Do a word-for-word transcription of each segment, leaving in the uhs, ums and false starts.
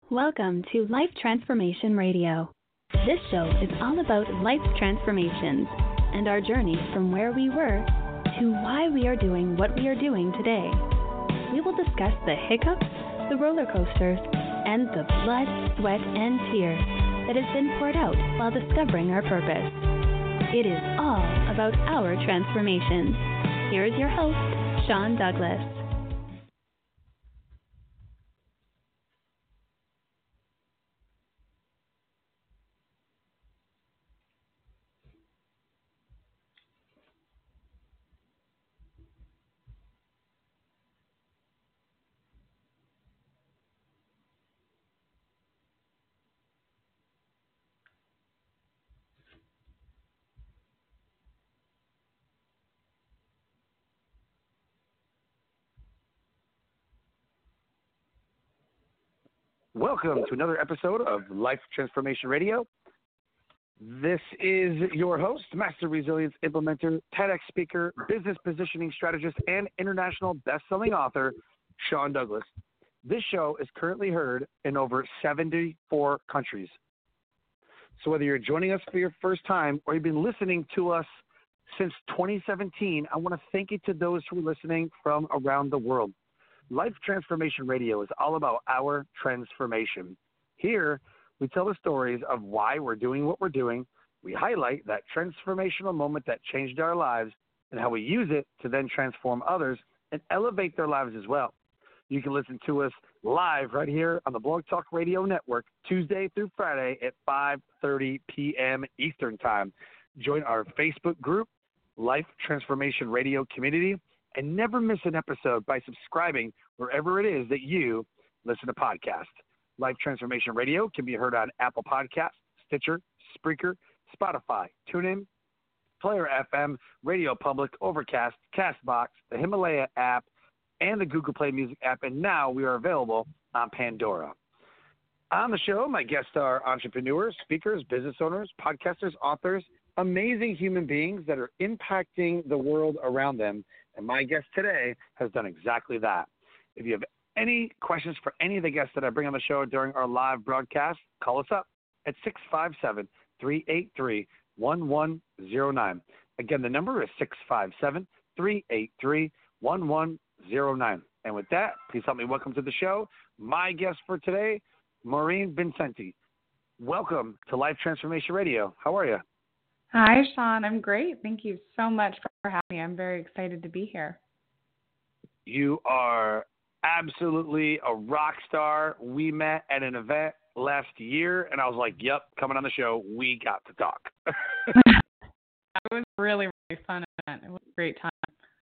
Welcome to Life Transformation Radio. This show is all about life transformations and our journey from where we were to why we are doing what we are doing today. We will discuss the hiccups, the roller coasters, and the blood, sweat, and tears that has been poured out while discovering our purpose. It is all about our transformations. Here is your host, Sean Douglas. Welcome to another episode of Life Transformation Radio. This is your host, Master Resilience Implementer, TEDx speaker, business positioning strategist, and international best-selling author, Sean Douglas. This show is currently heard in over seventy-four countries. So whether you're joining us for your first time or you've been listening to us since twenty seventeen, I want to thank you to those who are listening from around the world. Life Transformation Radio is all about our transformation. Here, we tell the stories of why we're doing what we're doing. We highlight that transformational moment that changed our lives and how we use it to then transform others and elevate their lives as well. You can listen to us live right here on the Blog Talk Radio Network, Tuesday through Friday at five thirty p.m. Eastern Time. Join our Facebook group, Life Transformation Radio Community, and never miss an episode by subscribing wherever it is that you listen to podcasts. Life Transformation Radio can be heard on Apple Podcasts, Stitcher, Spreaker, Spotify, TuneIn, Player F M, Radio Public, Overcast, CastBox, the Himalaya app, and the Google Play Music app, and now we are available on Pandora. On the show, my guests are entrepreneurs, speakers, business owners, podcasters, authors, amazing human beings that are impacting the world around them. And my guest today has done exactly that. If you have any questions for any of the guests that I bring on the show during our live broadcast, call us up at six five seven, three eight three, one one zero nine. Again, the number is six five seven, three eight three, one one zero nine. And with that, please help me welcome to the show my guest for today, Maureen Vincenti. Welcome to Life Transformation Radio. How are you? Hi, Sean. I'm great. Thank you so much for having me. I'm very excited to be here. You are absolutely a rock star. We met at an event last year, and I was like, yep, coming on the show, we got to talk. It was a really, really fun event. It was a great time.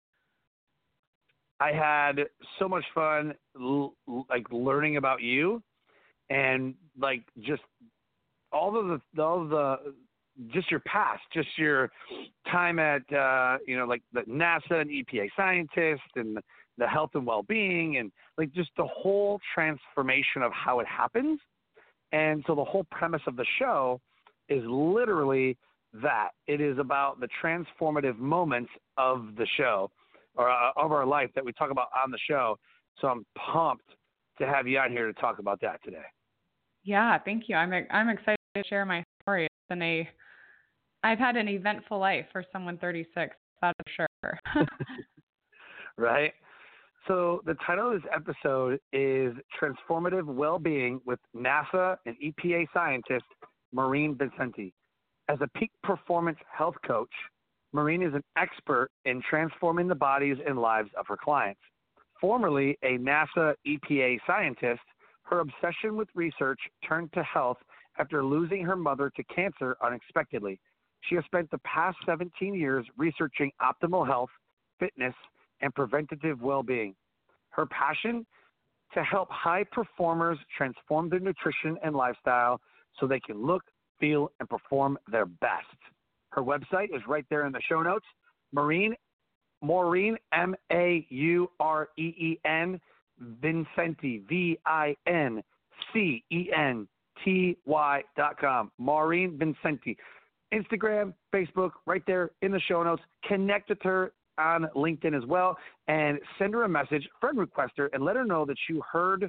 I had so much fun, l- like, learning about you and, like, just all of the, all of the, just your past, just your time at, uh, you know, like the NASA and E P A scientist and the health and well-being and like just the whole transformation of how it happens. And so the whole premise of the show is literally that. It is about the transformative moments of the show or uh, of our life that we talk about on the show. So I'm pumped to have you on here to talk about that today. Yeah, thank you. I'm I'm excited to share my story. It's been a I've had an eventful life for someone thirty-six, that's for sure. Right? So the title of this episode is Transformative Well-Being with NASA and E P A scientist Maureen Vincenti. As a peak performance health coach, Maureen is an expert in transforming the bodies and lives of her clients. Formerly a NASA E P A scientist, her obsession with research turned to health after losing her mother to cancer unexpectedly. She has spent the past seventeen years researching optimal health, fitness, and preventative well-being. Her passion? To help high performers transform their nutrition and lifestyle so they can look, feel, and perform their best. Her website is right there in the show notes. Maureen, Maureen, M A U R E E N, Vincenti, V I N C E N T Y dot com. Maureen Vincenti. Instagram, Facebook, right there in the show notes. Connect with her on LinkedIn as well and send her a message, friend request her, and let her know that you heard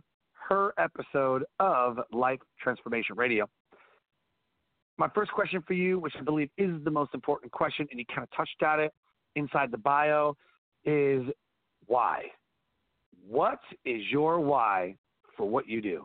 her episode of Life Transformation Radio. My first question for you, which I believe is the most important question, and you kind of touched at it inside the bio, is why? What is your why for what you do?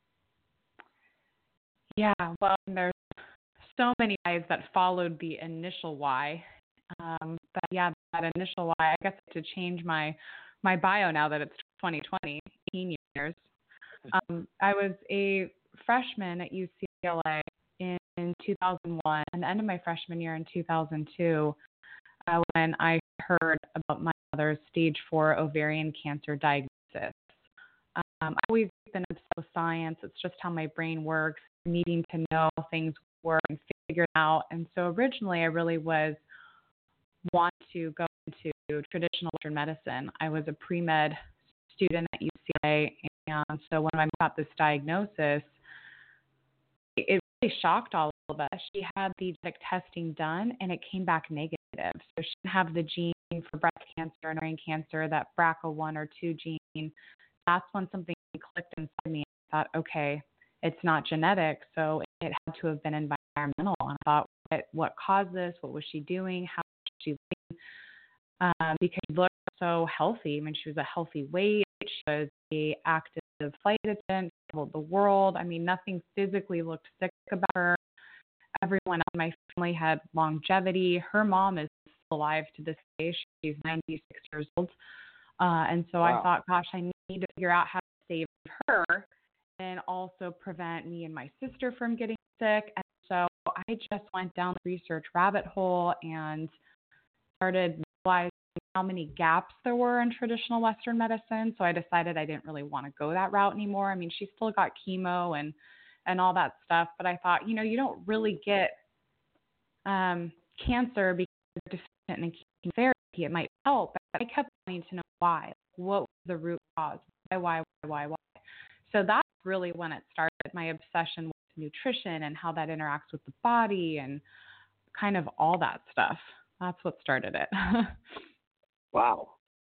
Yeah, well, there's so many whys that followed the initial why. Um, but yeah, that initial why, I guess to change my, my bio now that it's twenty twenty, eighteen years. Um, I was a freshman at U C L A in, in two thousand one, and the end of my freshman year in two thousand two, uh, when I heard about my mother's stage four ovarian cancer diagnosis. Um, I've always been obsessed with science. It's just how my brain works, needing to know how things work and figure it out. And so originally I really was want to go into traditional Western medicine. I was a pre-med student at U C L A, and so when I got this diagnosis, it really shocked all of us. She had the genetic testing done, and it came back negative. So she didn't have the gene for breast cancer and ovarian cancer, that B R C A one or two gene. That's when something clicked inside me. I thought, okay, it's not genetic, so it had to have been environmental. And I thought, what, what caused this? What was she doing? How was she living? Um, because she looked so healthy. I mean, she was a healthy weight. She was a active flight attendant, traveled the world. I mean, nothing physically looked sick about her. Everyone in my family had longevity. Her mom is still alive to this day. She's ninety-six years old. Uh, and so wow. I thought, gosh, I need to figure out how to save her and also prevent me and my sister from getting sick. And so I just went down the research rabbit hole and started realizing how many gaps there were in traditional Western medicine. So I decided I didn't really want to go that route anymore. I mean, she still got chemo and, and all that stuff. But I thought, you know, you don't really get um, cancer because you're deficient in chemotherapy. It might help. But I kept wanting to know why. What was the root cause? Why, why, why, why, why? So that's really when it started, my obsession with nutrition and how that interacts with the body and kind of all that stuff. That's what started it. Wow.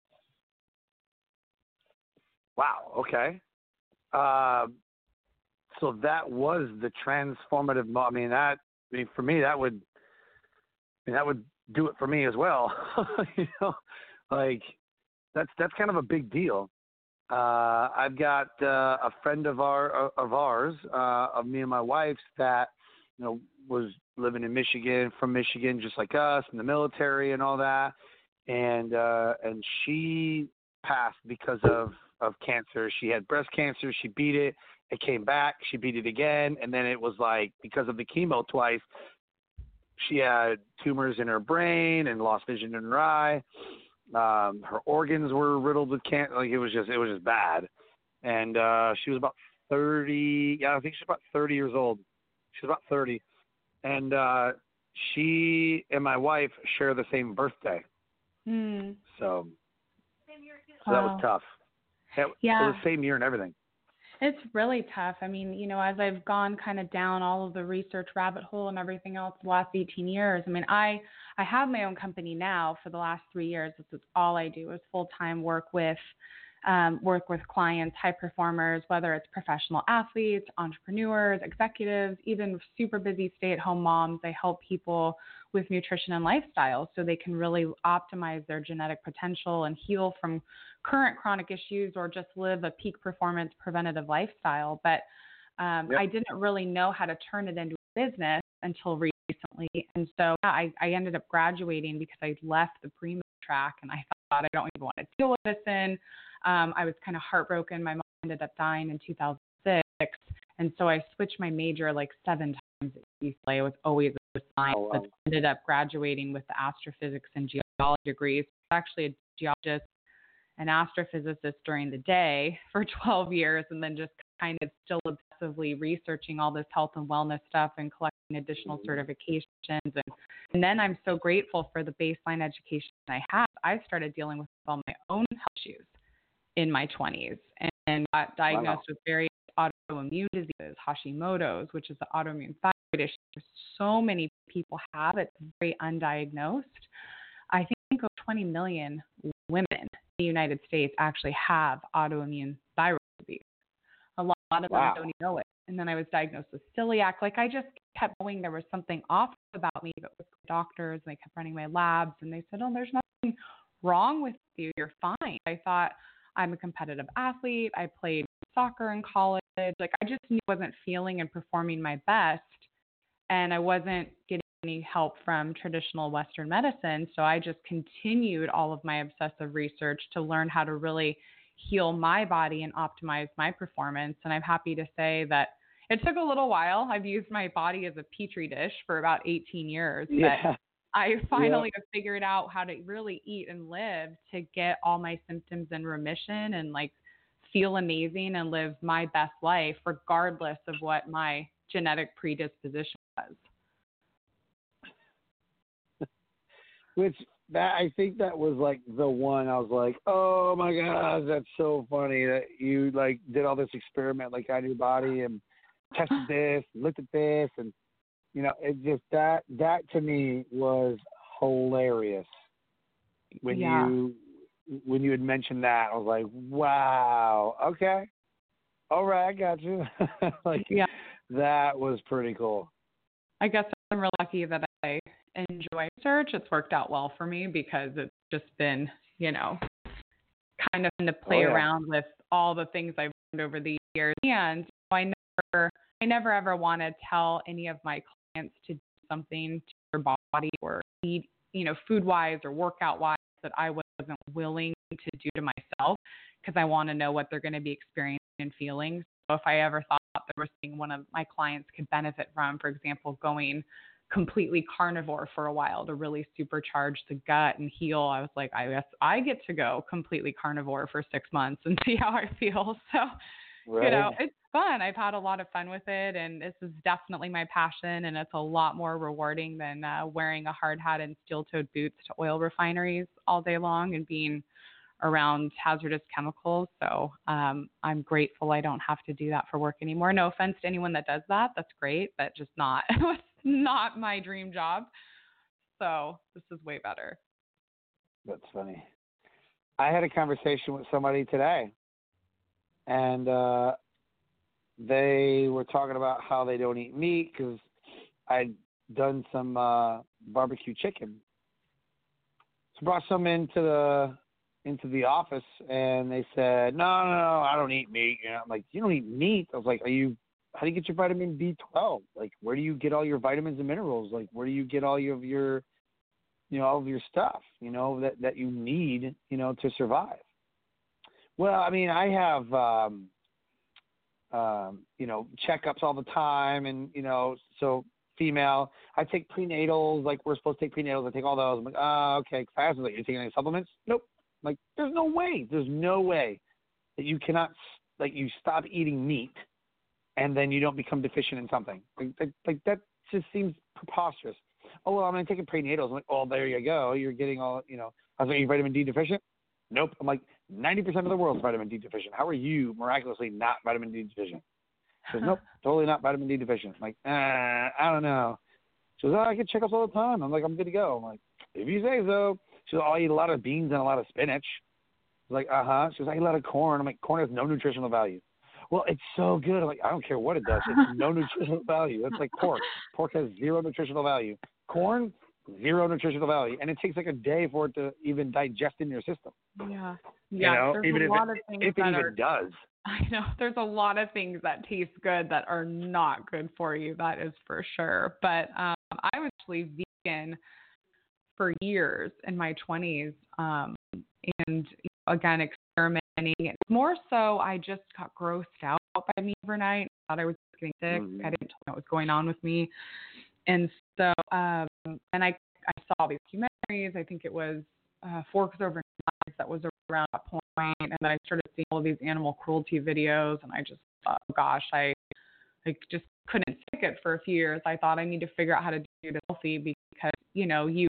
Wow. Okay. Uh, so that was the transformative. Mo- I mean, that. I mean, for me, that would. I mean, that would do it for me as well. you know, like that's that's kind of a big deal. Uh, I've got uh, a friend of our of ours, uh, of me and my wife's, that you know was living in Michigan, from Michigan, just like us, in the military and all that, and uh, and she passed because of of cancer. She had breast cancer. She beat it. It came back. She beat it again, and then it was like because of the chemo twice, she had tumors in her brain and lost vision in her eye. Um, her organs were riddled with cancer. Like it was just, it was just bad. And uh, she was about thirty. Yeah, I think she's about thirty years old. She's about thirty, and uh, she and my wife share the same birthday. Mm. So, so wow. that was tough. It, yeah, it was the same year and everything. It's really tough. I mean, you know, as I've gone kind of down all of the research rabbit hole and everything else the last eighteen years, I mean, I, I have my own company now for the last three years. This is all I do is full-time work with, um, work with clients, high performers, whether it's professional athletes, entrepreneurs, executives, even super busy stay-at-home moms. I help people with nutrition and lifestyle so they can really optimize their genetic potential and heal from current chronic issues or just live a peak performance preventative lifestyle. But um, yep. I didn't really know how to turn it into a business until recently. And so yeah, I, I ended up graduating because I left the pre-med track and I thought I don't even want to deal with medicine. Um, I was kind of heartbroken. My mom ended up dying in two thousand six. And so I switched my major like seven times at U C L A. I was always a science, oh, wow. but ended up graduating with the astrophysics and geology degrees. I was actually a geologist, an astrophysicist during the day for twelve years, and then just kind of still obsessively researching all this health and wellness stuff and collecting additional certifications. And, and then I'm so grateful for the baseline education I have. I started dealing with all my own health issues in my twenties and got diagnosed wow. with various autoimmune diseases, Hashimoto's, which is the autoimmune thyroid issue. So many people have it, very undiagnosed. I think over twenty million women in the United States actually have autoimmune thyroid disease. A lot of Wow. them don't even know it. And then I was diagnosed with celiac. Like I just kept knowing there was something off about me, but with the doctors, and they kept running my labs, and they said, "Oh, there's nothing wrong with you. You're fine." I thought, I'm a competitive athlete. I played soccer in college. Like I just knew I wasn't feeling and performing my best, and I wasn't getting any help from traditional Western medicine. So I just continued all of my obsessive research to learn how to really heal my body and optimize my performance. And I'm happy to say that it took a little while. I've used my body as a petri dish for about eighteen years. Yeah. But I finally Yeah. have figured out how to really eat and live to get all my symptoms in remission and like feel amazing and live my best life regardless of what my genetic predisposition was. Which that I think that was like the one I was like, oh my gosh, that's so funny that you like did all this experiment like on your body and tested this, looked at this, and you know, it just that that to me was hilarious. When Yeah. you when you had mentioned that, I was like, wow, okay, all right, I got you. Like, Yeah. that was pretty cool. I guess I'm really lucky that I enjoy research. It's worked out well for me because it's just been, you know, kind of fun to play Oh, yeah. around with all the things I've learned over the years. And I never, I never ever want to tell any of my clients to do something to their body or eat, you know, food wise or workout wise that I wasn't willing to do to myself, because I want to know what they're going to be experiencing and feeling. So if I ever thought there was something one of my clients could benefit from, for example, going completely carnivore for a while to really supercharge the gut and heal, I was like, I guess I get to go completely carnivore for six months and see how I feel. So, Right. you know, it's fun. I've had a lot of fun with it, and this is definitely my passion, and it's a lot more rewarding than uh, wearing a hard hat and steel-toed boots to oil refineries all day long and being around hazardous chemicals. So um, I'm grateful I don't have to do that for work anymore. No offense to anyone that does that. That's great, but just not not my dream job. So this is way better. That's funny. I had a conversation with somebody today, and uh, they were talking about how they don't eat meat because I'd done some uh, barbecue chicken. So brought some into the into the office, and they said, no, no, no, I don't eat meat. You know, I'm like, you don't eat meat? I was like, are you, how do you get your vitamin B twelve? Like, where do you get all your vitamins and minerals? Like, where do you get all your, your you know, all of your stuff, you know, that, that you need, you know, to survive? Well, I mean, I have, um, um, you know, checkups all the time, and, you know, so female, I take prenatals, like we're supposed to take prenatals. I take all those. I'm like, ah, okay. Fast. Like, you're taking any supplements? Nope. Like, there's no way. There's no way that you cannot, like, you stop eating meat and then you don't become deficient in something. Like, like, like that just seems preposterous. Oh, well, I'm going to take a prenatals. I'm like, oh, there you go. You're getting all, you know, I was like, are you vitamin D deficient? Nope. I'm like, ninety percent of the world's vitamin D deficient. How are you miraculously not vitamin D deficient? She goes, nope, totally not vitamin D deficient. I'm like, uh, I don't know. She goes, oh, I get checkups all the time. I'm like, I'm good to go. I'm like, if you say so. She goes, oh, I eat a lot of beans and a lot of spinach. I was like, uh-huh. She goes, I eat a lot of corn. I'm like, corn has no nutritional value. Well, it's so good. I'm like, I don't care what it does. It's no nutritional value. It's like pork. Pork has zero nutritional value. Corn, zero nutritional value. And it takes like a day for it to even digest in your system. Yeah. You Yeah. know, There's even a if lot it, of things if it that even are, does. I know there's a lot of things that taste good that are not good for you. That is for sure. But um, I was actually vegan for years in my twenties. Um, and you know, again, experimenting. It's more so I just got grossed out by meat overnight. I thought I was getting sick. Mm-hmm. I didn't know what was going on with me. And so, um, and I, I saw these documentaries. I think it was uh, Forks Over Knives that was around that point. And then I started seeing all of these animal cruelty videos, and I just thought, oh, gosh, I, I just couldn't stick it for a few years. I thought I need to figure out how to do this healthy because, you know, you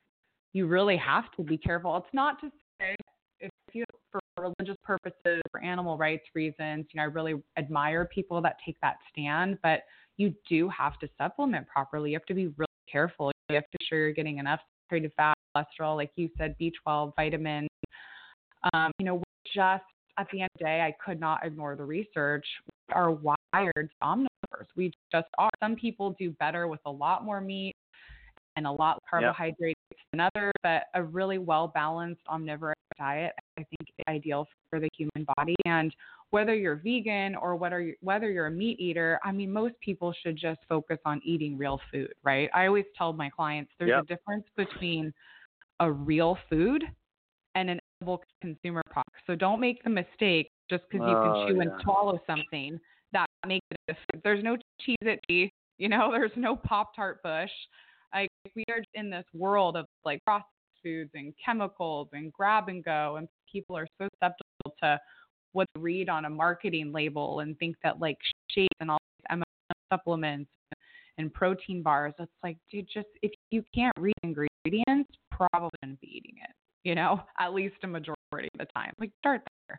you really have to be careful. It's not to say if you, for religious purposes, for animal rights reasons, you know, I really admire people that take that stand, but you do have to supplement properly. You have to be really careful. You have to make sure you're getting enough saturated fat, cholesterol, like you said, B twelve, vitamins. Um, you know, just at the end of the day, I could not ignore the research. are wired omnivores. We just are. Some people do better with a lot more meat and a lot of carbohydrates yep. than others, but a really well-balanced omnivorous diet, I think, is ideal for the human body. And whether you're vegan or whether you're, whether you're a meat eater, I mean, most people should just focus on eating real food, right? I always tell my clients there's yep. a difference between a real food and an edible consumer product. So don't make the mistake just because you oh, can chew yeah. and swallow something that makes it a food. There's no Cheez-It tea, you know, there's no Pop-Tart Bush. Like, we are in this world of like processed foods and chemicals and grab and go, and people are so susceptible to what they read on a marketing label and think that like shakes and all these M L M supplements and protein bars. It's like, dude, just if you can't read ingredients, probably shouldn't be eating it. You know, at least a majority of the time. Like, start there.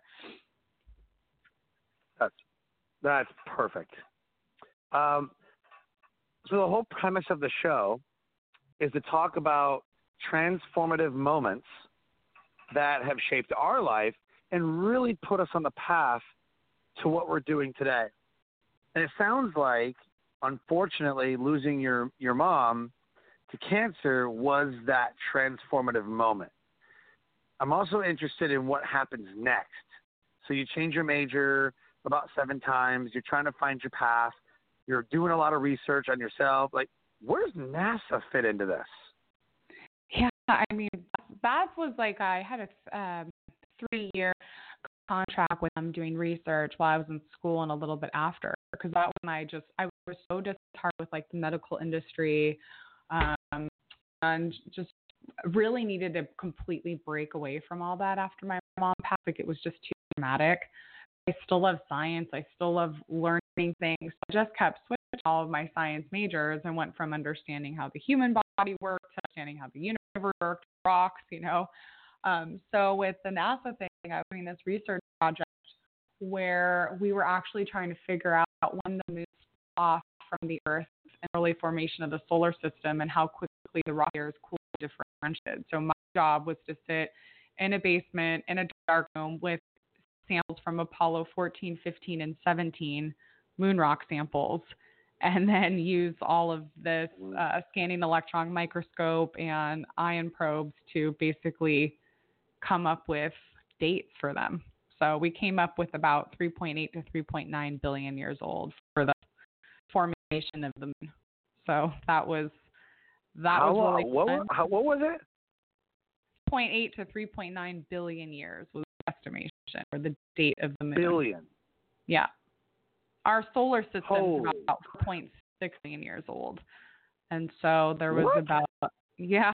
That's that's perfect. Um, so the whole premise of the show is to talk about transformative moments that have shaped our life and really put us on the path to what we're doing today. And it sounds like, unfortunately, losing your, your mom to cancer was that transformative moment. I'm also interested in what happens next. So you change your major about seven times. You're trying to find your path. You're doing a lot of research on yourself. Like, where does NASA fit into this? Yeah, I mean, that was like I had a um, three-year contract with them doing research while I was in school and a little bit after, because that when I just I was so disheartened with like the medical industry, um, and just really needed to completely break away from all that after my mom passed. Like, it was just too dramatic. I still love science. I still love learning things. I just kept switching all of my science majors and went from understanding how the human body works to understanding how the universe works, rocks, you know. Um, so with the NASA thing, I was doing this research project where we were actually trying to figure out when the moon off from the Earth and early formation of the solar system and how quickly the rock layers cooled and differentiated. So my job was to sit in a basement in a dark room with samples from Apollo fourteen, fifteen, and seventeen moon rock samples, and then use all of this uh, scanning electron microscope and ion probes to basically come up with dates for them. So we came up with about three point eight to three point nine billion years old for the formation of the moon. So that was that how, was really what, fun. How, what was it? zero point eight to three point nine billion years was the estimation for the date of the moon. Billion. Yeah. Our solar system Holy. is about four point six billion years old. And so there was what? about, yeah,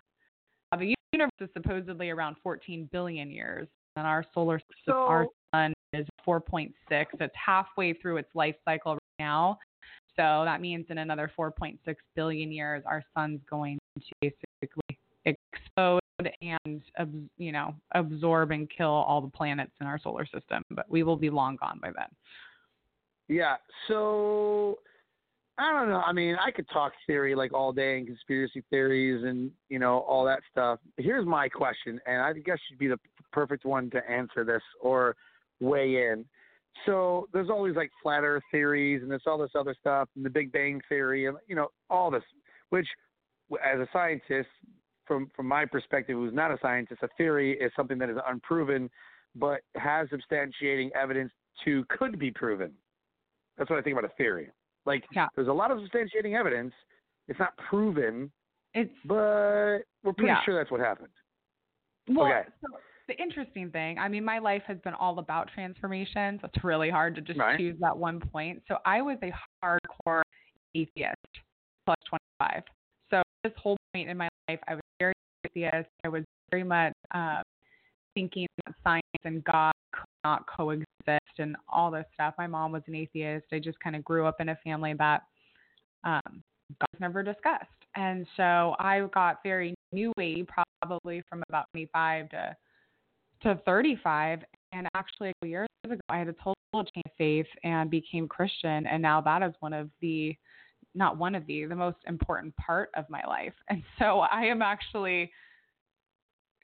the universe is supposedly around fourteen billion years. And our solar system, so, our sun is four point six. It's halfway through its life cycle right now. So that means in another four point six billion years, our sun's going to basically explode and, you know, absorb and kill all the planets in our solar system. But we will be long gone by then. Yeah. So I don't know. I mean, I could talk theory like all day and conspiracy theories and, you know, all that stuff. Here's my question, and I guess you'd be the perfect one to answer this or weigh in. So there's always like flat earth theories and there's all this other stuff and the Big Bang theory and, you know, all this, which as a scientist, from, from my perspective, who's not a scientist, a theory is something that is unproven but has substantiating evidence to could be proven. That's what I think about a theory. Like, yeah. There's a lot of substantiating evidence. It's not proven, it's, but we're pretty yeah. sure that's what happened. Well, okay. So the interesting thing, I mean, my life has been all about transformation, so it's really hard to just right. choose that one point. So I was a hardcore atheist plus twenty-five. So this whole point in my life, I was very atheist. I was very much um, thinking that science and God could not coexist and all this stuff. My mom was an atheist. I just kind of grew up in a family that um, God was never discussed. And so I got very new age probably from about twenty-five to to thirty-five. And actually a couple years ago, I had a total change of faith and became Christian. And now that is one of the, not one of the, the most important part of my life. And so I am actually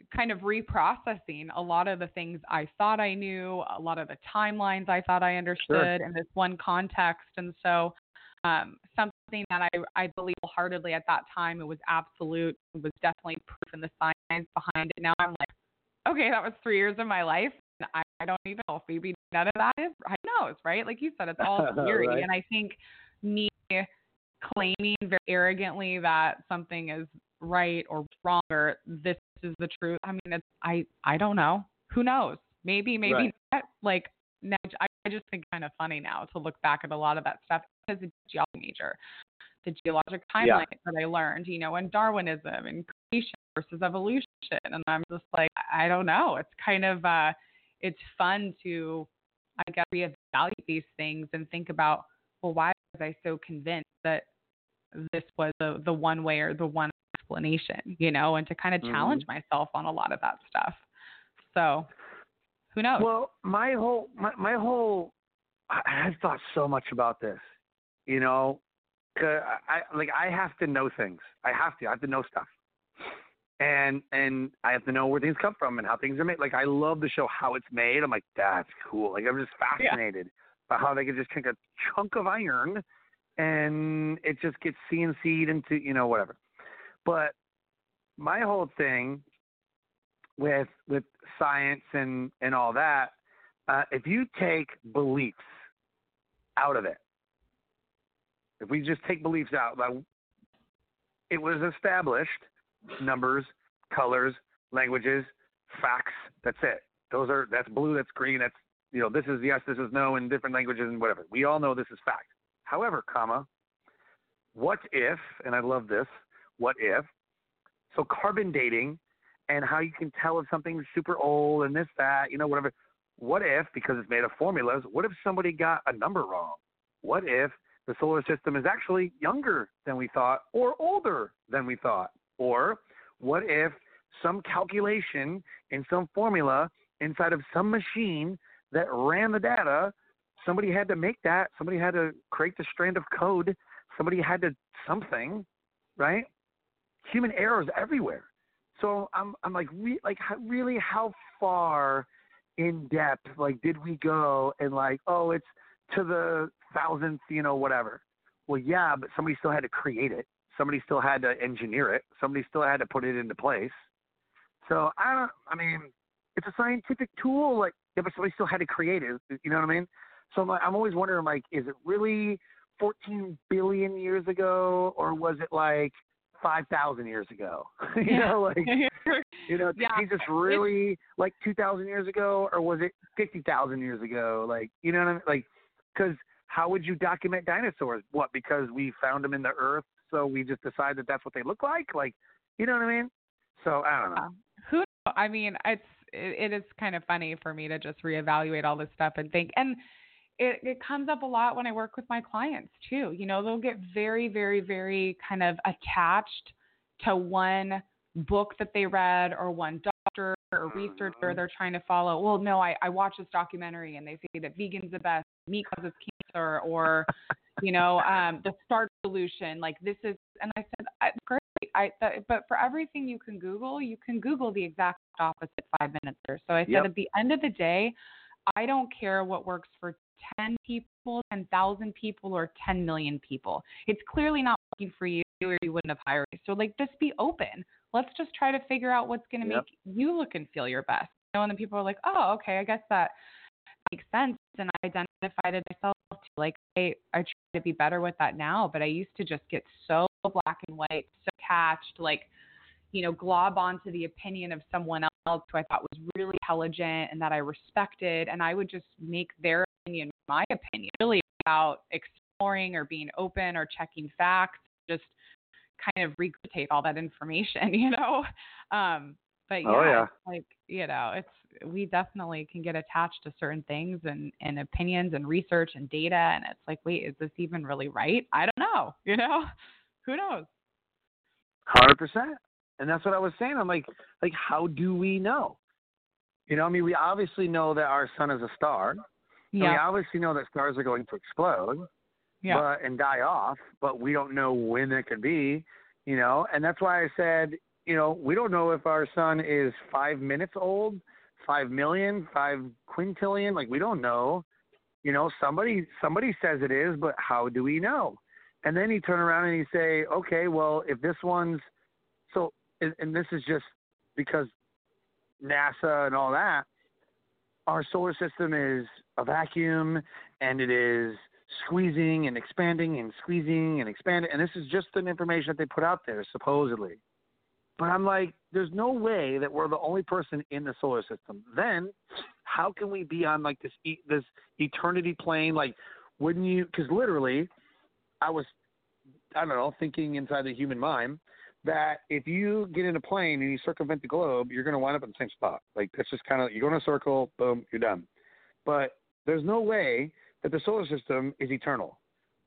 kind of reprocessing a lot of the things I thought I knew, a lot of the timelines I thought I understood Sure. in this one context. And so um, something that I, I believe wholeheartedly at that time, it was absolute, it was definitely proof in the science behind it. Now I'm like, okay, that was three years of my life. And I, I don't even know if maybe none of that is, who knows, right? Like you said, it's all theory. Right. And I think me claiming very arrogantly that something is right or wrong or this is the truth. I mean, it's, I, I don't know. Who knows? Maybe, maybe Right. not. Like, now, I, I just think kind of funny now to look back at a lot of that stuff as a geology major, the geologic timeline Yeah. that I learned, you know, and Darwinism and creation versus evolution. And I'm just like, I don't know. It's kind of, uh, it's fun to, I guess, reevaluate these things and think about, well, why was I so convinced that this was the, the one way or the one explanation, you know, and to kind of challenge Mm-hmm. myself on a lot of that stuff. So who knows? Well, my whole, my, my whole, I, I've thought so much about this, you know, 'cause I, I, like, I have to know things. I have to, I have to know stuff. And, and I have to know where things come from and how things are made. Like, I love the show, How It's Made. I'm like, that's cool. Like, I'm just fascinated yeah. by how they could just take a chunk of iron and it just gets C N C'd into, you know, whatever. But my whole thing with with science and, and all that, uh, if you take beliefs out of it, if we just take beliefs out, like, it was established, numbers, colors, languages, facts, that's it. Those are, that's blue, that's green, that's, you know, this is yes, this is no in different languages and whatever. We all know this is fact. However, comma, what if, and I love this, what if, so carbon dating and how you can tell if something's super old and this, that, you know, whatever. What if, because it's made of formulas, what if somebody got a number wrong? What if the solar system is actually younger than we thought or older than we thought? Or what if some calculation in some formula inside of some machine that ran the data, somebody had to make that, somebody had to create the strand of code, somebody had to something, right? Human error is everywhere. So I'm I'm like re- like how, really how far in depth like did we go and like, oh, it's to the thousandth, you know, whatever. Well, yeah, but somebody still had to create it. Somebody still had to engineer it. Somebody still had to put it into place. So I don't. I mean, it's a scientific tool. Like, yeah, but somebody still had to create it. You know what I mean? So I'm, I'm always wondering, like, is it really fourteen billion years ago, or was it like five thousand years ago? you yeah. know, like, you know, yeah. Jesus really it's, like two thousand years ago, or was it fifty thousand years ago? Like, you know what I mean? Like, because how would you document dinosaurs? What? Because we found them in the earth, so we just decide that that's what they look like? Like, you know what I mean? So I don't know. Who? I mean, it's it, it is kind of funny for me to just reevaluate all this stuff and think, and it, it comes up a lot when I work with my clients too. You know, they'll get very, very, very kind of attached to one book that they read or one doctor or researcher they're trying to follow. Well, no, I, I watched this documentary and they say that vegan's the best, meat causes cancer, or, you know, um, the starch solution, like this is, and I said, I, great. I, that, but for everything you can Google, you can Google the exact opposite five minutes there. So I said, Yep. At the end of the day, I don't care what works for ten people, ten thousand people, or ten million people. It's clearly not working for you, or you wouldn't have hired me. So, like, just be open. Let's just try to figure out what's going to Yep. make you look and feel your best. You know, and then people are like, oh, okay, I guess that makes sense. And I identified it myself too. Like, I, I try to be better with that now, but I used to just get so black and white, so attached, like, you know, glob onto the opinion of someone else who I thought was really intelligent and that I respected, and I would just make their opinion my opinion. Really about exploring or being open or checking facts, just kind of regurgitate all that information, you know. Um, but yeah, Oh, yeah. It's like, you know, it's we definitely can get attached to certain things and, and opinions and research and data, and it's like, wait, is this even really right? I don't know, you know. Who knows? one hundred percent. And that's what I was saying. I'm like, like, how do we know? You know, I mean, we obviously know that our sun is a star. Yeah. We obviously know that stars are going to explode Yeah. but, and die off, but we don't know when it could be, you know. And that's why I said, you know, we don't know if our sun is five minutes old, five million, five quintillion. Like, we don't know. You know, somebody somebody says it is, but how do we know? And then you turn around and you say, okay, well, if this one's so, and, and this is just because NASA and all that, our solar system is a vacuum, and it is squeezing and expanding and squeezing and expanding. And this is just the information that they put out there, supposedly. But I'm like, there's no way that we're the only person in the solar system. Then how can we be on like this e- this eternity plane? Like, wouldn't you? Because literally, I was, I don't know, thinking inside the human mind that if you get in a plane and you circumvent the globe, you're going to wind up in the same spot. Like, that's just kind of, you go in a circle, boom, you're done. But there's no way that the solar system is eternal.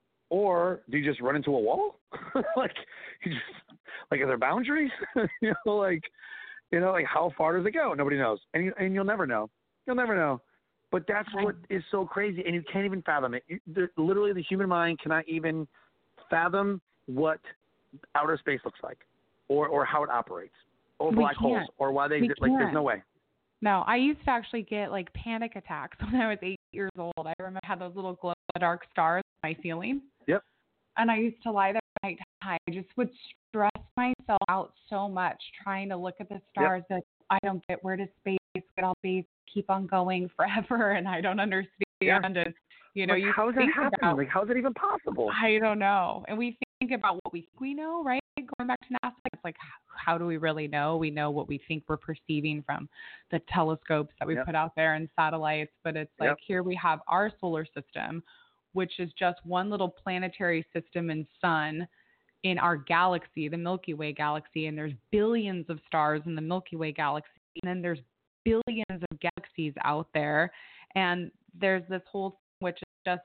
Or do you just run into a wall? like, you just, like, are there boundaries? you know, like, you know, like how far does it go? Nobody knows, and you, and you'll never know. You'll never know. But that's what is so crazy, and you can't even fathom it. You, the, literally, the human mind cannot even fathom what outer space looks like, or or how it operates, or black holes, or why they exist. Like, there's no way. No, I used to actually get like panic attacks when I was eight years old. I remember I had those little glow in the dark stars on my ceiling. Yep. And I used to lie there at night time. I just would stress myself out so much trying to look at the stars yep. that I don't get, where does space get all space keep on going forever, and I don't understand. Yeah. And you know, like, you how is that think happening? about, like, how is it even possible? I don't know. And we think about what we think we know, right? Going back to NASA, it's like, how do we really know? We know what we think we're perceiving from the telescopes that we yep. put out there and satellites, but it's like, yep. here we have our solar system, which is just one little planetary system and sun in our galaxy, the Milky Way galaxy, and there's billions of stars in the Milky Way galaxy, and then there's billions of galaxies out there, and there's this whole thing which is just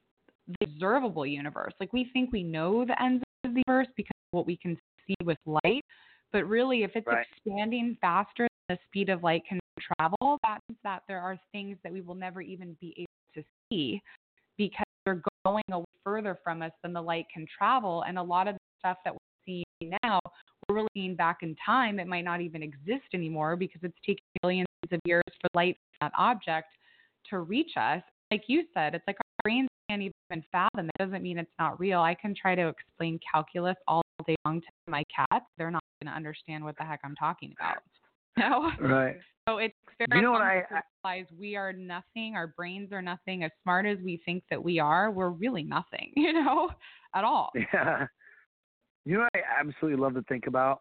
the observable universe. Like, we think we know the ends of the universe because of what we can see with light, but really, if it's right. expanding faster than the speed of light can travel, that means that there are things that we will never even be able to see because they're going away further from us than the light can travel. And a lot of the stuff that we're seeing now, we're really seeing back in time. It might not even exist anymore because it's taken billions of years for light from that object to reach us. Like you said, it's like our brains can't even fathom it. It doesn't mean it's not real. I can try to explain calculus all day long to my cats. They're not going to understand what the heck I'm talking about. No? Right. So it's very you know what I, to realize we are nothing. Our brains are nothing. As smart as we think that we are, we're really nothing, you know, at all. Yeah. You know what I absolutely love to think about?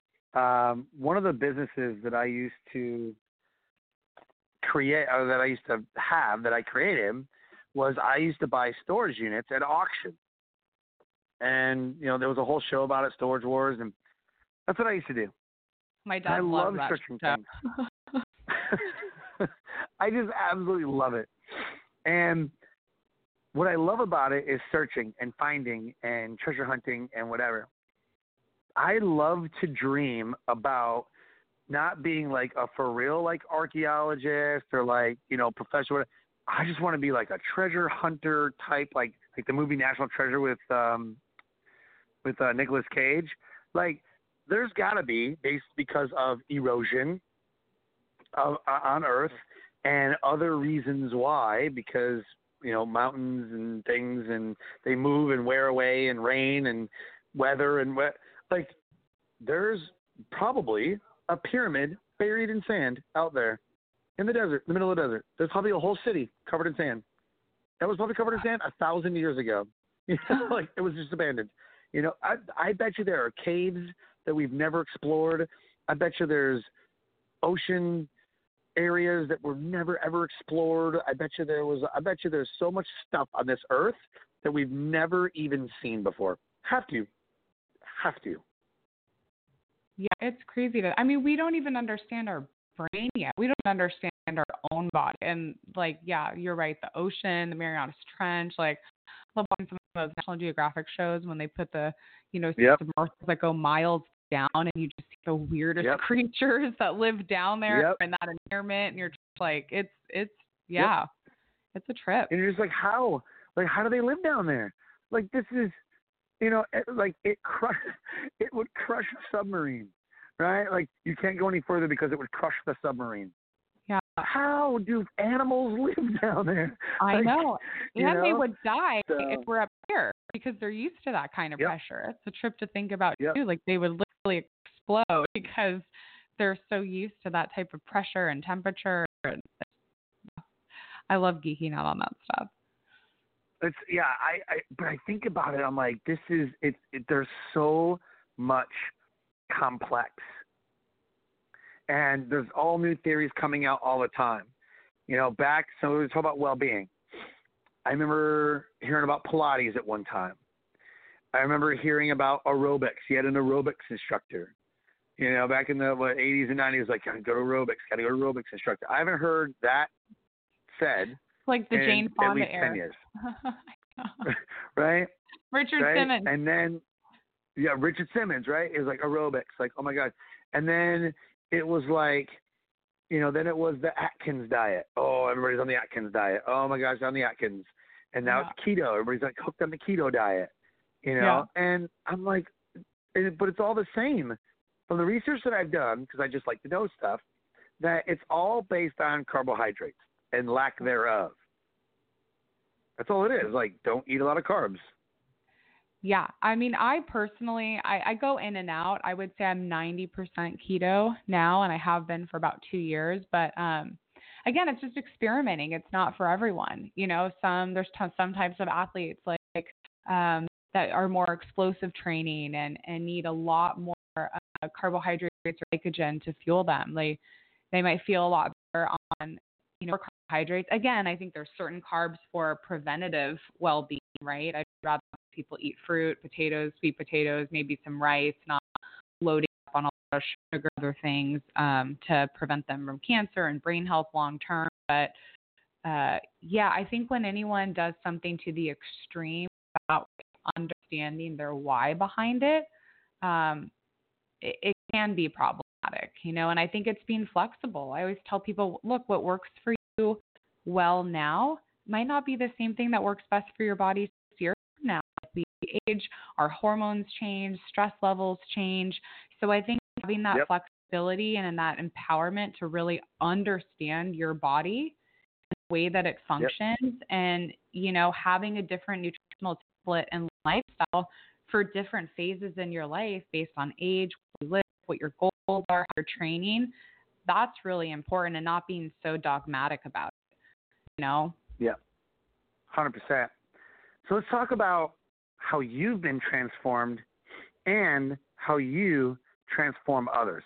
Um, one of the businesses that I used to create, or that I used to have, that I created, was I used to buy storage units at auction. And, you know, there was a whole show about it, Storage Wars, and that's what I used to do. My dad I loves love that searching stuff. things. I just absolutely love it. And what I love about it is searching and finding and treasure hunting and whatever. I love to dream about not being like a for real like archaeologist or like, you know, professional. I just want to be like a treasure hunter type, like like the movie National Treasure with um with uh, Nicolas Cage. Like, there's got to be, based because of erosion of, uh, on Earth and other reasons why, because, you know, mountains and things, and they move and wear away, and rain and weather and wet. Like, there's probably a pyramid buried in sand out there in the desert, in the middle of the desert. There's probably a whole city covered in sand. That was probably covered in sand a thousand years ago. You know, like, it was just abandoned. You know, I, I bet you there are caves that we've never explored. I bet you there's ocean areas that were never ever explored. I bet you there was. I bet you there's so much stuff on this earth that we've never even seen before. Have to, have to. Yeah, it's crazy that, I mean, we don't even understand our brain yet. We don't understand our own body. And like, yeah, you're right. The ocean, the Marianas Trench, like, I love watching some of those National Geographic shows when they put the, you know, yep. submersibles that go miles down, and you just see the weirdest yep. creatures that live down there yep. in that environment, and you're just like, it's, it's, yeah, yep. it's a trip. And you're just like, how? Like, how do they live down there? Like, this is, you know, it, like, it crush, it would crush a submarine. right? Like you can't go any further because it would crush the submarine. Yeah. How do animals live down there? I Like, know. you And know? they would die So, if we're up here because they're used to that kind of yep. pressure. It's a trip to think about Yep. too. Like they would literally explode because they're so used to that type of pressure and temperature. I love geeking out on that stuff. It's yeah, I, I but I think about it, I'm like, this is it, it there's so much complex. And there's all new theories coming out all the time. You know, back so we talk about well being. I remember hearing about Pilates at one time. I remember hearing about aerobics. You had an aerobics instructor. You know, back in the what, eighties and nineties, like, gotta go to aerobics, gotta go to aerobics instructor. I haven't heard that said like the in Jane at Fonda least era. ten years. Right? Richard right? Simmons. And then, yeah, Richard Simmons, right? It was like aerobics, like, oh my God. And then it was like, you know, then it was the Atkins diet. Oh, everybody's on the Atkins diet. Oh my gosh, on the Atkins. And now Yeah. it's keto. Everybody's like hooked on the keto diet, you know? Yeah. And I'm like, but it's all the same. From the research that I've done, because I just like to know stuff, that it's all based on carbohydrates and lack thereof. That's all it is. Like, don't eat a lot of carbs. Yeah. I mean, I personally, I, I go in and out. I would say I'm ninety percent keto now, and I have been for about two years. But um, again, it's just experimenting. It's not for everyone. You know, some there's t- some types of athletes like um, that are more explosive training and, and need a lot more uh, carbohydrates or glycogen to fuel them. Like they might feel a lot better on, you know, carbohydrates. Again, I think there's certain carbs for preventative well-being, right? I'd rather people eat fruit, potatoes, sweet potatoes, maybe some rice, not loading up on a lot of sugar, other things um, to prevent them from cancer and brain health long term. But uh, yeah, I think when anyone does something to the extreme without understanding their why behind it, um, it, it can be problematic, you know, and I think it's being flexible. I always tell people, look, what works for you well now might not be the same thing that works best for your body six years from now. We age, our hormones change, stress levels change. So I think having that Yep. flexibility and that empowerment to really understand your body, the way that it functions, yep. and, you know, having a different nutritional template and lifestyle for different phases in your life based on age, where you live, what your goals are, how you're training, that's really important, and not being so dogmatic about it, you know? Yeah, one hundred percent. So let's talk about how you've been transformed and how you transform others.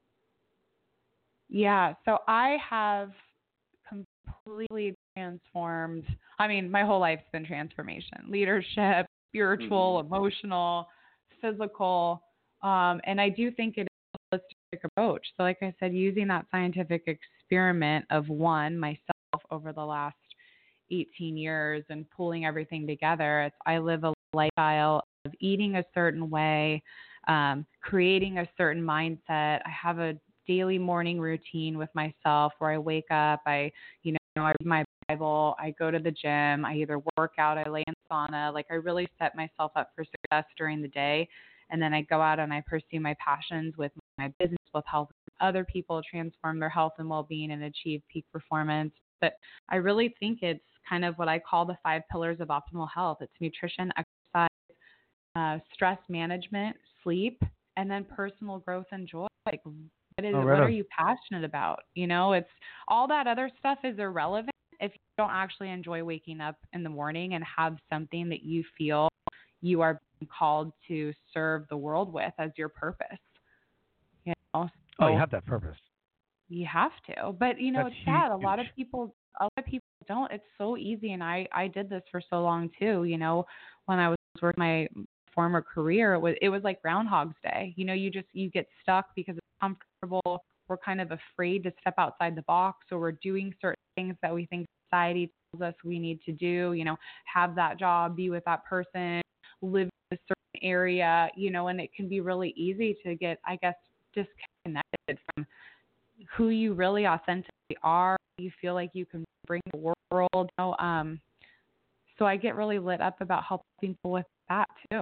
Yeah, so I have completely transformed. I mean, my whole life's been transformation, leadership, spiritual, mm-hmm. emotional, physical. Um, and I do think it is a holistic approach. So like I said, using that scientific experiment of one, myself over the last eighteen years and pulling everything together. It's, I live a lifestyle of eating a certain way, um, creating a certain mindset. I have a daily morning routine with myself where I wake up, I, you know, I read my Bible, I go to the gym, I either work out, I lay in sauna. Like I really set myself up for success during the day. And then I go out and I pursue my passions with my business, with helping other people transform their health and well-being and achieve peak performance. But I really think it's kind of what I call the five pillars of optimal health. It's nutrition, exercise, uh, stress management, sleep, and then personal growth and joy. Like, what is oh, it? Right what on. are you passionate about? You know, it's all that other stuff is irrelevant if you don't actually enjoy waking up in the morning and have something that you feel you are being called to serve the world with as your purpose. You know, so oh, you have that purpose. You have to, but you know, That's it's sad. A huge. lot of people, a lot of people don't. It's so easy, and I, I did this for so long too. You know, when I was working my former career, it was, it was like Groundhog's Day. You know, you just you get stuck because it's comfortable. We're kind of afraid to step outside the box, or we're doing certain things that we think society tells us we need to do. You know, have that job, be with that person, live in a certain area. You know, and it can be really easy to get, I guess, disconnected from who you really authentically are, you feel like you can bring the world. You know, um, so I get really lit up about helping people with that too.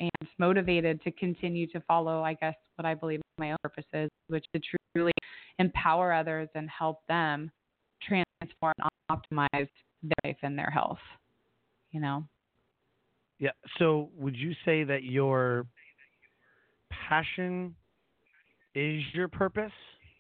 and motivated to continue to follow, I guess, what I believe my own purpose is, which is to truly empower others and help them transform and optimize their life and their health, you know? Yeah. So would you say that your passion is your purpose?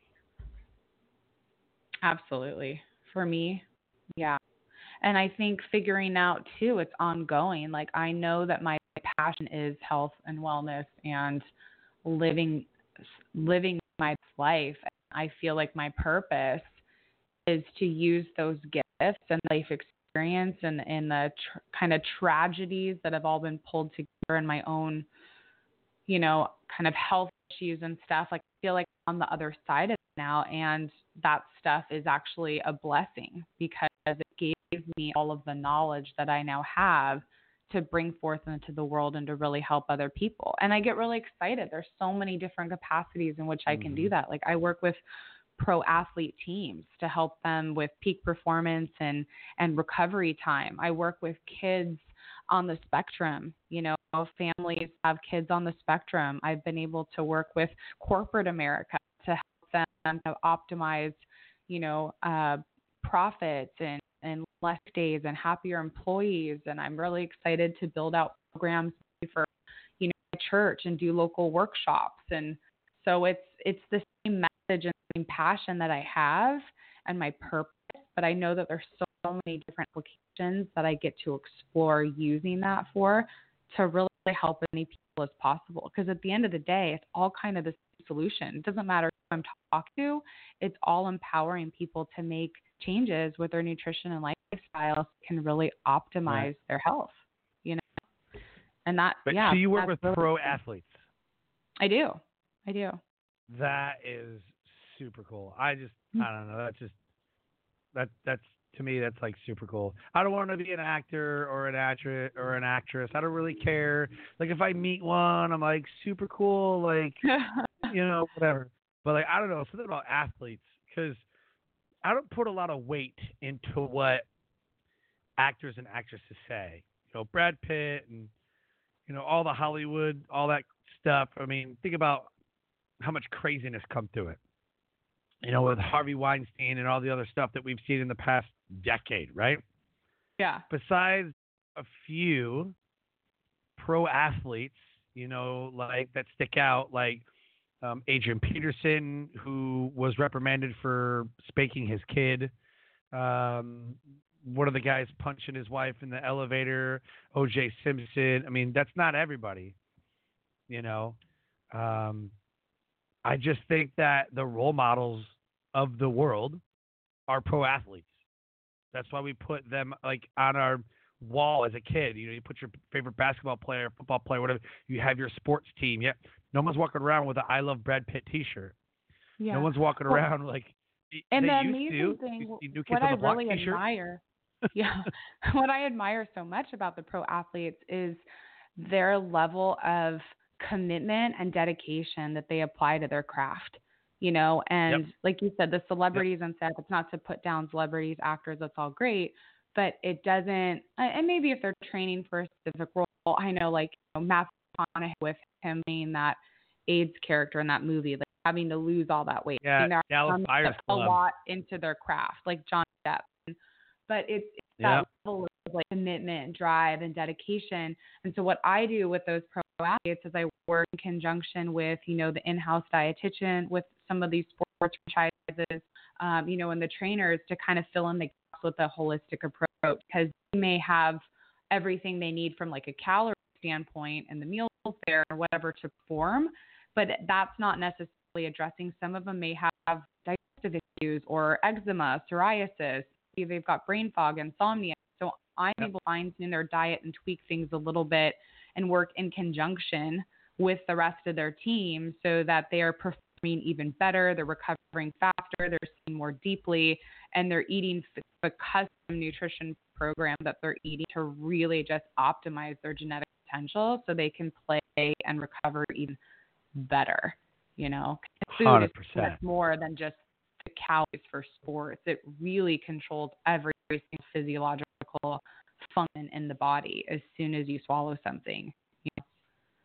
Absolutely. For me, yeah. And I think figuring out too, it's ongoing. Like I know that my passion is health and wellness and living living my life. I feel like my purpose is to use those gifts and life experience and, and the tr- kind of tragedies that have all been pulled together in my own, you know, kind of health issues and stuff. Like I feel like I'm on the other side of it now, and that stuff is actually a blessing because it gave me all of the knowledge that I now have to bring forth into the world and to really help other people. And I get really excited. There's so many different capacities in which I can do that. Like I work with pro athlete teams to help them with peak performance and, and recovery time. I work with kids on the spectrum, you know, families have kids on the spectrum. I've been able to work with corporate America to help them to optimize, you know, uh, profits and, and less days and happier employees. And I'm really excited to build out programs for, you know, my church and do local workshops. And so it's, it's the same message and same passion that I have and my purpose, but I know that there's so many different applications that I get to explore using that for to really help as many people as possible. Because at the end of the day, it's all kind of the same solution. It doesn't matter who I'm talking to. It's all empowering people to make changes with their nutrition and lifestyle can really optimize right. their health, you know? And that, but, yeah. So you work with really pro athletes? I do. I do. That is super cool. I just, I don't know. That's just, that, that's, to me, that's like super cool. I don't want to be an actor or an actress or an actress. I don't really care. Like if I meet one, I'm like super cool, like, you know, whatever. But like, I don't know, something about athletes, because I don't put a lot of weight into what actors and actresses say. You know, Brad Pitt and, you know, all the Hollywood, all that stuff. I mean, think about how much craziness come to it. You know, with Harvey Weinstein and all the other stuff that we've seen in the past decade, right? Yeah. Besides a few pro athletes, you know, like that stick out, like um, Adrian Peterson, who was reprimanded for spanking his kid. Um, one of the guys punching his wife in the elevator, O J Simpson. I mean, that's not everybody, you know. Um, I just think that the role models of the world are pro athletes. That's why we put them like on our wall as a kid. You know, you put your favorite basketball player, football player, whatever. You have your sports team. Yeah, no one's walking around with an "I love Brad Pitt" T-shirt. Yeah. No one's walking well, around like. And they the used amazing to. thing, what I really admire, yeah, what I admire so much about the pro athletes is their level of commitment and dedication that they apply to their craft. You know, and yep. like you said, the celebrities yep. and stuff, it's not to put down celebrities, actors, that's all great, but it doesn't, and maybe if they're training for a specific role, I know like you know, Matthew McConaughey with him being that AIDS character in that movie, like having to lose all that weight. Yeah, Dallas um, Buyers a Club. lot into their craft, like John Depp. But it's, it's that yep. level of like commitment, drive, and dedication. And so what I do with those pro athletes is I work in conjunction with, you know, the in-house dietitian, with some of these sports franchises, um, you know, and the trainers to kind of fill in the gaps with a holistic approach, because they may have everything they need from like a calorie standpoint and the meals there or whatever to perform, but that's not necessarily addressing. Some of them may have digestive issues or eczema, psoriasis. Maybe they've got brain fog, insomnia. So I'm yep. able to fine tune their diet and tweak things a little bit and work in conjunction with the rest of their team so that they are performing even better, they're recovering faster, they're seeing more deeply, and they're eating a custom nutrition program that they're eating to really just optimize their genetic potential so they can play and recover even better. You know, food one hundred percent. Is much more than just the calories for sports. It really controls every single physiological function in the body as soon as you swallow something. You know?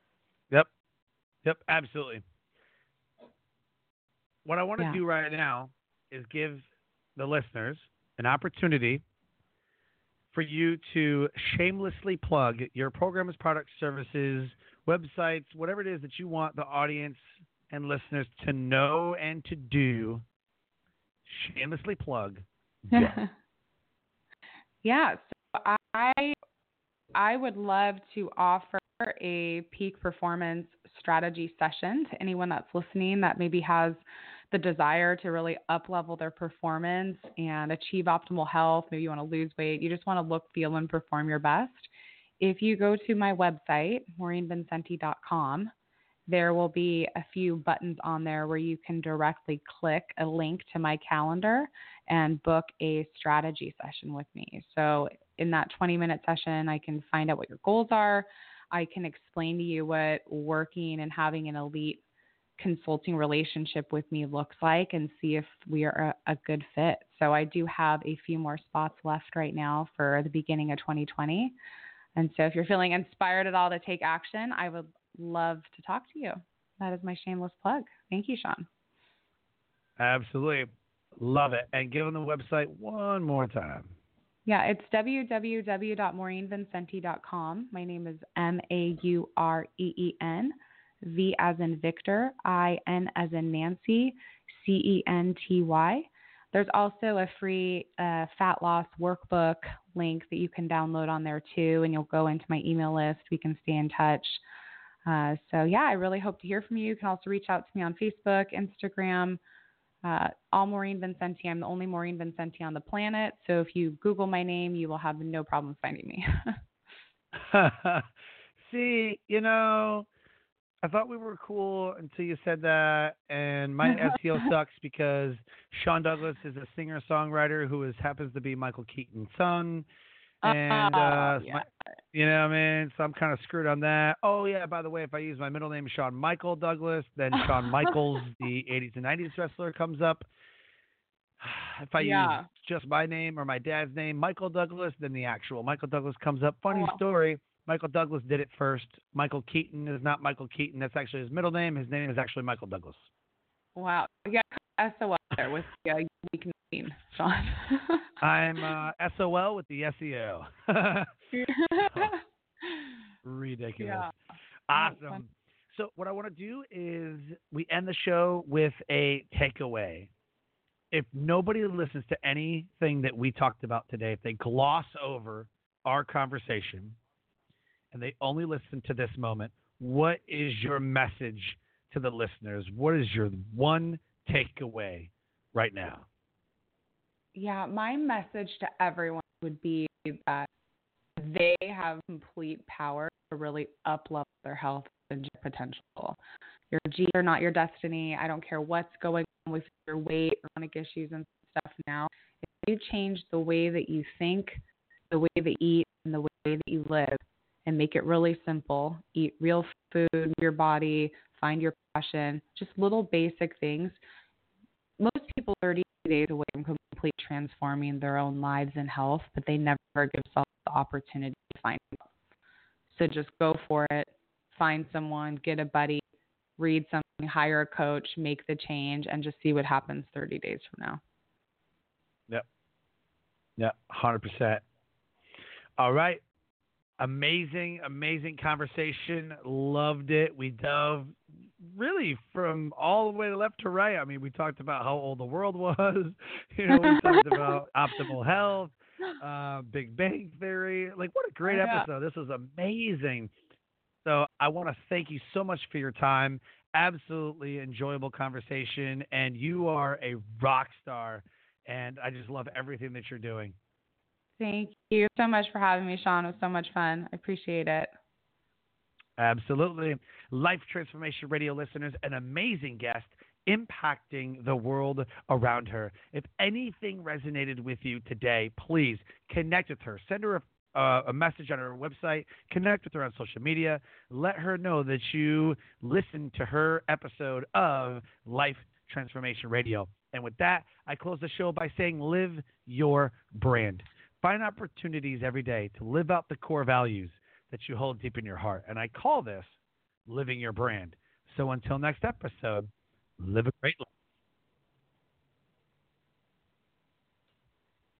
Yep, absolutely. What I want to Yeah. do right now is give the listeners an opportunity for you to shamelessly plug your programs, products, services, websites, whatever it is that you want the audience and listeners to know and to do. Shamelessly plug. Yeah. yeah. So I I would love to offer a peak performance strategy session to anyone that's listening that maybe has the desire to really up level their performance and achieve optimal health. Maybe you want to lose weight. You just want to look, feel, and perform your best. If you go to my website, maureen vincenti dot com, there will be a few buttons on there where you can directly click a link to my calendar and book a strategy session with me. So in that twenty minute session, I can find out what your goals are. I can explain to you what working and having an elite consulting relationship with me looks like and see if we are a, a good fit. So I do have a few more spots left right now for the beginning of twenty twenty. And so if you're feeling inspired at all to take action, I would love to talk to you. That is my shameless plug. Thank you, Sean. Absolutely. Love it. And give them the website one more time. Yeah, it's w w w dot maureen vincenti dot com. My name is M A U R E E N, V as in Victor, I N as in Nancy, C E N T Y. There's also a free uh, fat loss workbook link that you can download on there too, and you'll go into my email list. We can stay in touch. Uh, so yeah, I really hope to hear from you. You can also reach out to me on Facebook, Instagram, uh, all Maureen Vincenti. I'm the only Maureen Vincenti on the planet. So if you Google my name, you will have no problem finding me. See, you know, I thought we were cool until you said that, and my S E O sucks because Sean Douglas is a singer-songwriter who is happens to be Michael Keaton's son, and uh, oh, yeah. my, you know what I mean? So I'm kind of screwed on that. Oh, yeah, by the way, if I use my middle name, Shawn Michael Douglas, then Shawn Michaels, the eighties and nineties wrestler, comes up. If I yeah. use just my name or my dad's name, Michael Douglas, then the actual Michael Douglas comes up. Funny Oh. story. Michael Douglas did it first. Michael Keaton is not Michael Keaton. That's actually his middle name. His name is actually Michael Douglas. Wow. Yeah, S O L there with the uh, unique name, Sean. I'm uh, S O L with the S E O. Ridiculous. Yeah. Awesome. So what I want to do is we end the show with a takeaway. If nobody listens to anything that we talked about today, if they gloss over our conversation and they only listen to this moment, what is your message to the listeners? What is your one takeaway right now? Yeah, my message to everyone would be that they have complete power to really up-level their health and potential. Your genes are not your destiny. I don't care what's going on with your weight, chronic issues, and stuff now. If you change the way that you think, the way that you eat, and the way that you live, and make it really simple, eat real food, move your body, find your passion, just little basic things. Most people are thirty days away from completely transforming their own lives and health, but they never give themselves the opportunity to find it. So just go for it. Find someone, get a buddy, read something, hire a coach, make the change, and just see what happens thirty days from now. Yep. Yep, one hundred percent. All right. Amazing, amazing conversation. Loved it. We dove really from all the way left to right. I mean, we talked about how old the world was. You know, we talked about optimal health, uh, Big Bang Theory. Like, what a great Yeah. episode. This was amazing. So I want to thank you so much for your time. Absolutely enjoyable conversation. And you are a rock star. And I just love everything that you're doing. Thank you so much for having me, Sean. It was so much fun. I appreciate it. Absolutely. Life Transformation Radio listeners, an amazing guest impacting the world around her. If anything resonated with you today, please connect with her. Send her a Uh, a message on her website, connect with her on social media, let her know that you listened to her episode of Life Transformation Radio. And with that, I close the show by saying live your brand. Find opportunities every day to live out the core values that you hold deep in your heart. And I call this living your brand. So until next episode, live a great life.